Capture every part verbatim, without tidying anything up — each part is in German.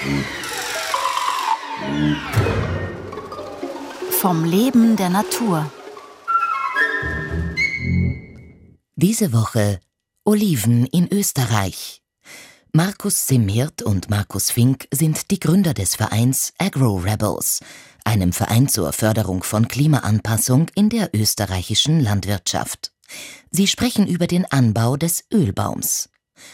Vom Leben der Natur. Diese Woche Oliven in Österreich. Markus Simhirt und Markus Fink sind die Gründer des Vereins Agro-Rebels, einem Verein zur Förderung von Klimaanpassung in der österreichischen Landwirtschaft. Sie sprechen über den Anbau des Ölbaums.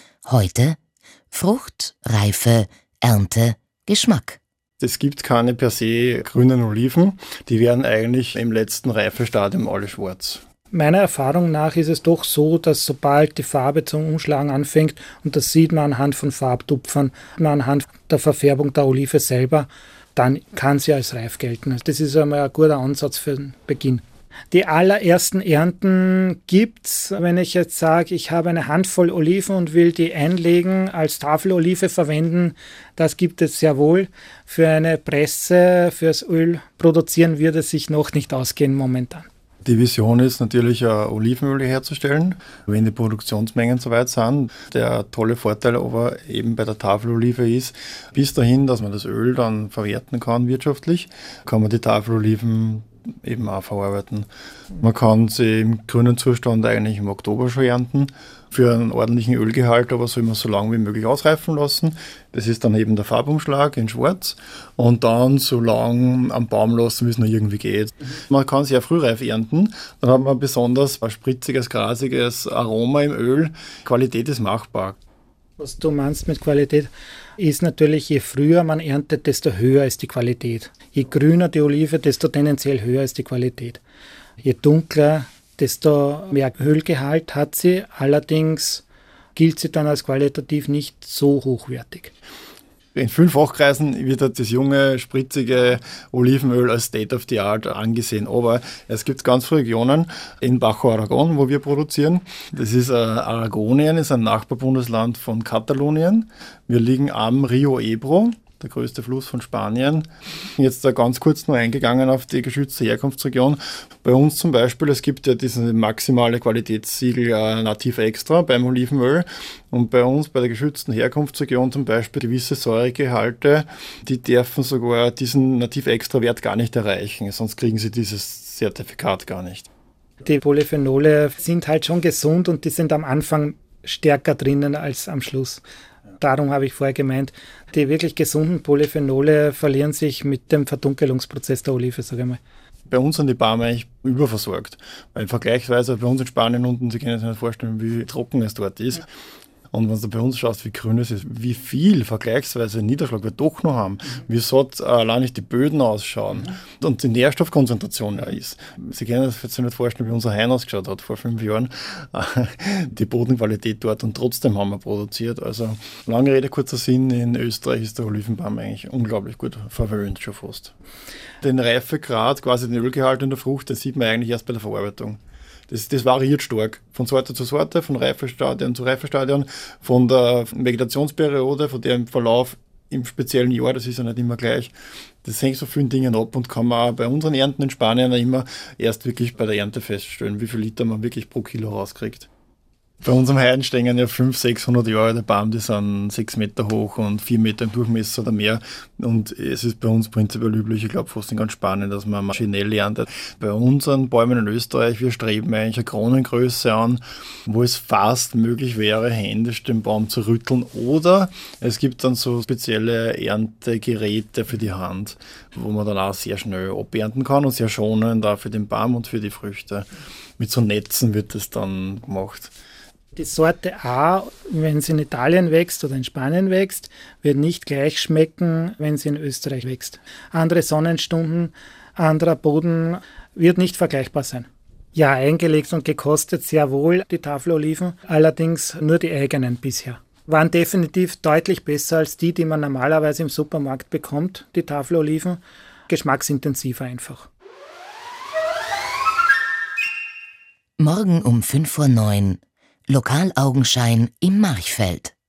Heute Frucht, Reife, Ernte, Geschmack. Es gibt keine per se grünen Oliven, die werden eigentlich im letzten Reifestadium alle schwarz. Meiner Erfahrung nach ist es doch so, dass sobald die Farbe zum Umschlagen anfängt, und das sieht man anhand von Farbtupfern, anhand der Verfärbung der Olive selber, dann kann sie als reif gelten. Das ist einmal ein guter Ansatz für den Beginn. Die allerersten Ernten gibt's, wenn ich jetzt sage, ich habe eine Handvoll Oliven und will die einlegen, als Tafelolive verwenden, das gibt es sehr wohl. Für eine Presse, fürs Öl produzieren wird es sich noch nicht ausgehen momentan. Die Vision ist natürlich, Olivenöl herzustellen, wenn die Produktionsmengen soweit sind. Der tolle Vorteil aber eben bei der Tafelolive ist, bis dahin, dass man das Öl dann verwerten kann wirtschaftlich, kann man die Tafeloliven eben auch verarbeiten. Man kann sie im grünen Zustand eigentlich im Oktober schon ernten. Für einen ordentlichen Ölgehalt aber soll man so lange wie möglich ausreifen lassen. Das ist dann eben der Farbumschlag in schwarz und dann so lange am Baum lassen, wie es noch irgendwie geht. Man kann sehr frühreif ernten, dann hat man besonders ein spritziges, grasiges Aroma im Öl. Qualität ist machbar. Was du meinst mit Qualität, ist natürlich, je früher man erntet, desto höher ist die Qualität. Je grüner die Olive, desto tendenziell höher ist die Qualität. Je dunkler, desto mehr Ölgehalt hat sie. Allerdings gilt sie dann als qualitativ nicht so hochwertig. In vielen Fachkreisen wird das junge, spritzige Olivenöl als State of the Art angesehen. Aber es gibt ganz viele Regionen in Bajo Aragon, wo wir produzieren. Das ist äh, Aragonien, ist ein Nachbarbundesland von Katalonien. Wir liegen am Rio Ebro, der größte Fluss von Spanien. Jetzt da ganz kurz nur eingegangen auf die geschützte Herkunftsregion. Bei uns zum Beispiel, es gibt ja diese maximale Qualitätssiegel äh, Nativ Extra beim Olivenöl. Und bei uns, bei der geschützten Herkunftsregion zum Beispiel, gewisse Säuregehalte, die dürfen sogar diesen Nativ Extra Wert gar nicht erreichen, sonst kriegen sie dieses Zertifikat gar nicht. Die Polyphenole sind halt schon gesund und die sind am Anfang stärker drinnen als am Schluss. Darum habe ich vorher gemeint, die wirklich gesunden Polyphenole verlieren sich mit dem Verdunkelungsprozess der Olive, sage ich mal. Bei uns sind die Bäume eigentlich überversorgt. Weil vergleichsweise bei uns in Spanien unten, Sie können sich nicht vorstellen, wie trocken es dort ist. Und wenn du bei uns schaust, wie grün es ist, wie viel vergleichsweise Niederschlag wir doch noch haben, wie satt allein nicht die Böden ausschauen und die Nährstoffkonzentration ja ist. Sie können sich jetzt nicht vorstellen, wie unser Hain ausgeschaut hat vor fünf Jahren. Die Bodenqualität dort und trotzdem haben wir produziert. Also lange Rede, kurzer Sinn, in Österreich ist der Olivenbaum eigentlich unglaublich gut verwöhnt schon fast. Den Reifegrad, quasi den Ölgehalt in der Frucht, das sieht man eigentlich erst bei der Verarbeitung. Das, das variiert stark, von Sorte zu Sorte, von Reifestadion zu Reifestadion, von der Vegetationsperiode, von deren Verlauf im speziellen Jahr, das ist ja nicht immer gleich. Das hängt so vielen Dingen ab und kann man auch bei unseren Ernten in Spanien immer erst wirklich bei der Ernte feststellen, wie viel Liter man wirklich pro Kilo rauskriegt. Bei unserem Heiden stehen ja fünfhundert, sechshundert Jahre der Baum, die sind sechs Meter hoch und vier Meter im Durchmesser oder mehr. Und es ist bei uns prinzipiell üblich, ich glaube fast in ganz Spanien, dass man maschinell erntet. Bei unseren Bäumen in Österreich, wir streben eigentlich eine Kronengröße an, wo es fast möglich wäre, händisch den Baum zu rütteln. Oder es gibt dann so spezielle Erntegeräte für die Hand, wo man dann auch sehr schnell abernten kann und sehr schonend auch für den Baum und für die Früchte. Mit so Netzen wird das dann gemacht. Die Sorte A, wenn sie in Italien wächst oder in Spanien wächst, wird nicht gleich schmecken, wenn sie in Österreich wächst. Andere Sonnenstunden, anderer Boden wird nicht vergleichbar sein. Ja, eingelegt und gekostet sehr wohl die Tafeloliven, allerdings nur die eigenen bisher. Waren definitiv deutlich besser als die, die man normalerweise im Supermarkt bekommt, die Tafeloliven. Geschmacksintensiver einfach. Morgen um fünf Uhr neun. Lokalaugenschein im Marchfeld.